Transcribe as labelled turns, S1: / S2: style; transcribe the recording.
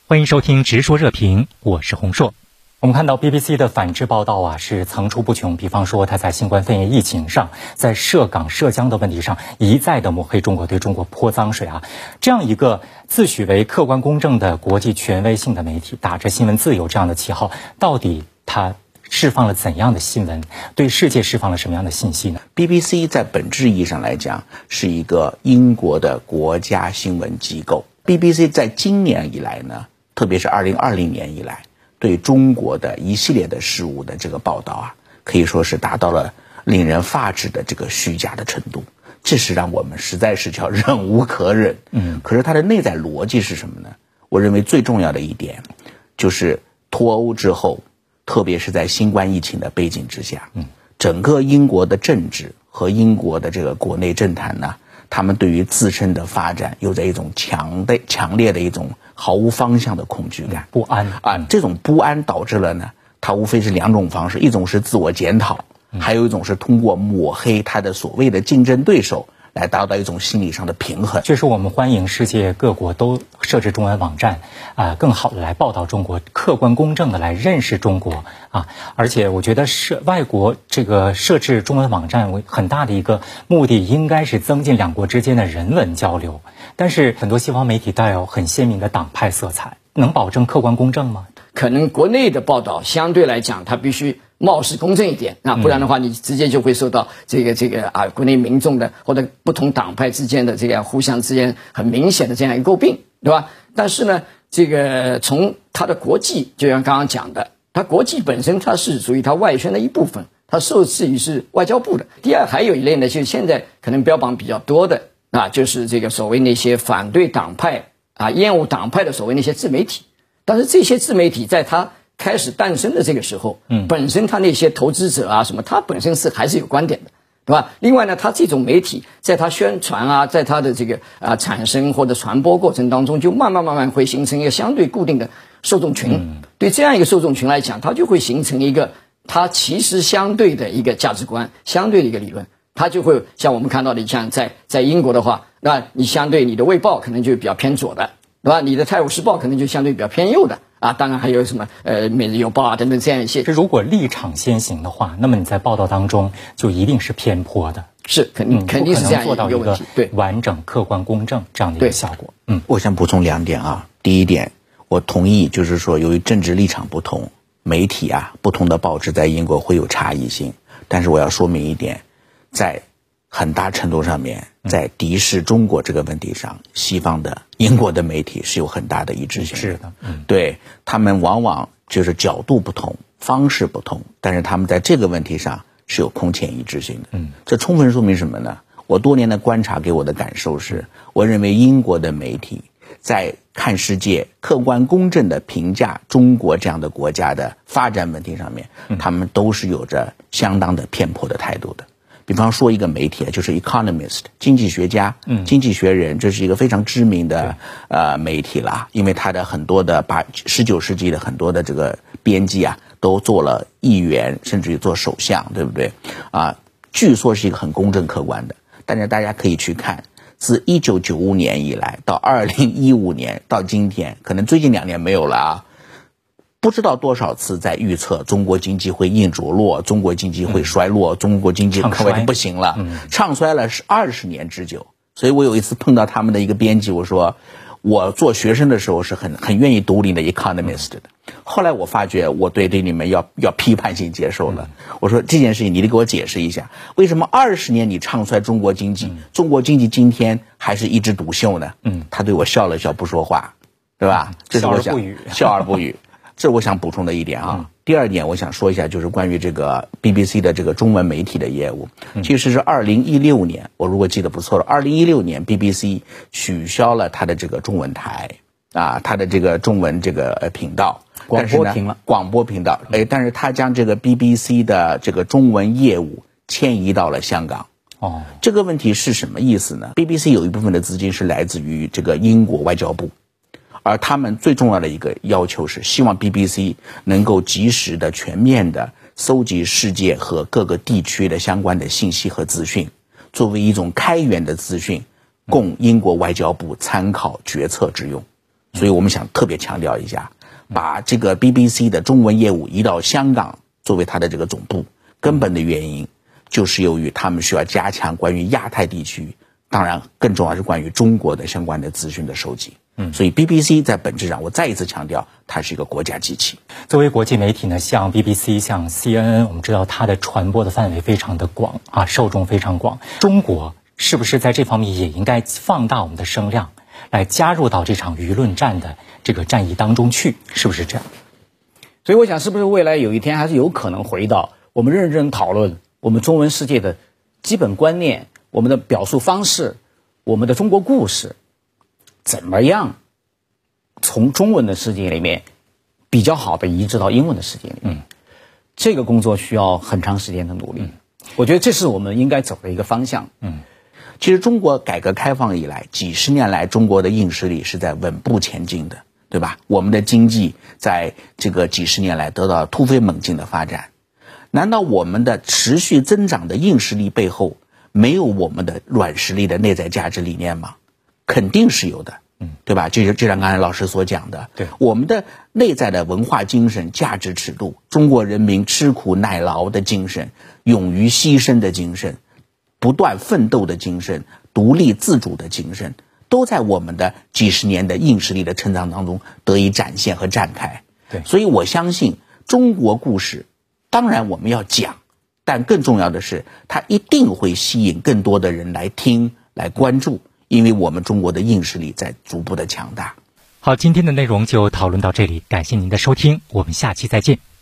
S1: 欢迎收听直说热评，我是洪硕。我们看到 BBC 的反制报道是层出不穷，比方说他在新冠肺炎疫情上，在涉港涉疆的问题上一再的抹黑中国，对中国泼脏水这样一个自诩为客观公正的国际权威性的媒体，打着新闻自由这样的旗号，到底它释放了怎样的新闻，对世界释放了什么样的信息呢？
S2: BBC 在本质意义上来讲是一个英国的国家新闻机构。 BBC 在今年以来呢，特别是2020年以来，对中国的一系列的事物的这个报道可以说是达到了令人发指的这个虚假的程度，这是让我们实在是叫忍无可忍。可是它的内在逻辑是什么呢？我认为最重要的一点就是脱欧之后，特别是在新冠疫情的背景之下，整个英国的政治和英国的这个国内政坛呢，他们对于自身的发展有着一种强烈的一种毫无方向的恐惧感、
S1: 不安
S2: 这种不安导致了呢，它无非是两种方式，一种是自我检讨，还有一种是通过抹黑他的所谓的竞争对手来达到一种心理上的平衡。
S1: 确实，我们欢迎世界各国都设置中文网站更好的来报道中国，客观公正的来认识中国而且我觉得是外国这个设置中文网站很大的一个目的应该是增进两国之间的人文交流，但是很多西方媒体带有很鲜明的党派色彩，能保证客观公正吗？
S3: 可能国内的报道相对来讲它必须貌似公正一点不然的话你直接就会受到这个国内民众的或者不同党派之间的这个互相之间很明显的这样一个诟病，对吧？但是呢，这个从它的国际，就像刚刚讲的，它国际本身它是属于它外宣的一部分，它受制于是外交部的。第二，还有一类呢，就是现在可能标榜比较多的就是这个所谓那些反对党派厌恶党派的所谓那些自媒体。但是这些自媒体在它开始诞生的这个时候，本身它那些投资者什么，它本身还是有观点的，对吧？另外呢，它这种媒体在它宣传在它的这个产生或者传播过程当中，就慢慢会形成一个相对固定的受众群。对这样一个受众群来讲，它就会形成一个它其实相对的一个价值观，相对的一个理论。它就会像我们看到的，像在英国的话，那你相对你的卫报可能就比较偏左的，对吧？你的泰晤士报可能就相对比较偏右的当然还有什么每日邮报等等这样一些。
S1: 如果立场先行的话，那么你在报道当中就一定是偏颇的，
S3: 是肯定是这样一个问题，
S1: 对，完整、客观、公正这样的一个效果。
S2: 我想补充两点第一点，我同意，就是说由于政治立场不同，媒体不同的报纸在英国会有差异性，但是我要说明一点，在很大程度上面，在敌视中国这个问题上，西方的英国的媒体是有很大的一致性的。
S1: 是的，
S2: 对，他们往往就是角度不同，方式不同，但是他们在这个问题上是有空前一致性的。这充分说明什么呢？我多年的观察给我的感受是，我认为英国的媒体在看世界、客观公正的评价中国这样的国家的发展问题上面，他们都是有着相当的偏颇的态度的。比方说一个媒体就是 Economist 经济学家，经济学人，这是一个非常知名的媒体啦，因为他的很多的19世纪的很多的这个编辑都做了议员，甚至于做首相，对不对据说是一个很公正客观的，但是大家可以去看，自1995年以来到2015年到今天，可能最近2年没有了不知道多少次在预测中国经济会硬着陆，中国经济会衰落，中国经济可能不行了，唱衰了20年之久。所以我有一次碰到他们的一个编辑，我说我做学生的时候是很愿意读你的 Economist 的，后来我发觉我对你们要批判性接受了。我说这件事情你得给我解释一下，为什么20年你唱衰中国经济，中国经济今天还是一枝独秀呢？他对我笑了笑不说话，对吧？这是我想笑而不语。这是我想补充的一点第二点我想说一下，就是关于这个 BBC 的这个中文媒体的业务。其实是2016年，我如果记得不错了，2016年 BBC 取消了它的这个中文台它的这个中文这个频道，广播频道但是它将这个 BBC 的这个中文业务迁移到了香港。这个问题是什么意思呢？ BBC 有一部分的资金是来自于这个英国外交部，而他们最重要的一个要求是希望 BBC 能够及时的、全面的搜集世界和各个地区的相关的信息和资讯，作为一种开源的资讯，供英国外交部参考决策之用。 所以我们想特别强调一下，把这个 BBC 的中文业务移到香港作为它的这个总部，根本的原因就是由于他们需要加强关于亚太地区，当然更重要是关于中国的相关的资讯的收集。所以 BBC 在本质上，我再一次强调，它是一个国家机器。
S1: 作为国际媒体呢，像 BBC、像 CNN， 我们知道它的传播的范围非常的广啊，受众非常广。中国是不是在这方面也应该放大我们的声量，来加入到这场舆论战的这个战役当中去？是不是这样？
S4: 所以我想，是不是未来有一天还是有可能回到我们认真讨论我们中文世界的基本观念、我们的表述方式、我们的中国故事，怎么样从中文的世界里面比较好的移植到英文的世界里面？这个工作需要很长时间的努力。我觉得这是我们应该走的一个方向。
S2: 其实中国改革开放以来，几十年来中国的硬实力是在稳步前进的，对吧？我们的经济在这个几十年来得到突飞猛进的发展。难道我们的持续增长的硬实力背后没有我们的软实力的内在价值理念吗？肯定是有的，对吧？就像刚才老师所讲的，
S1: 对，
S2: 我们的内在的文化精神、价值尺度，中国人民吃苦耐劳的精神、勇于牺牲的精神、不断奋斗的精神、独立自主的精神，都在我们的几十年的硬实力的成长当中得以展现和展开。
S1: 对，
S2: 所以我相信中国故事，当然我们要讲，但更重要的是，它一定会吸引更多的人来听、来关注，因为我们中国的硬实力在逐步的强大。
S1: 好，今天的内容就讨论到这里，感谢您的收听，我们下期再见。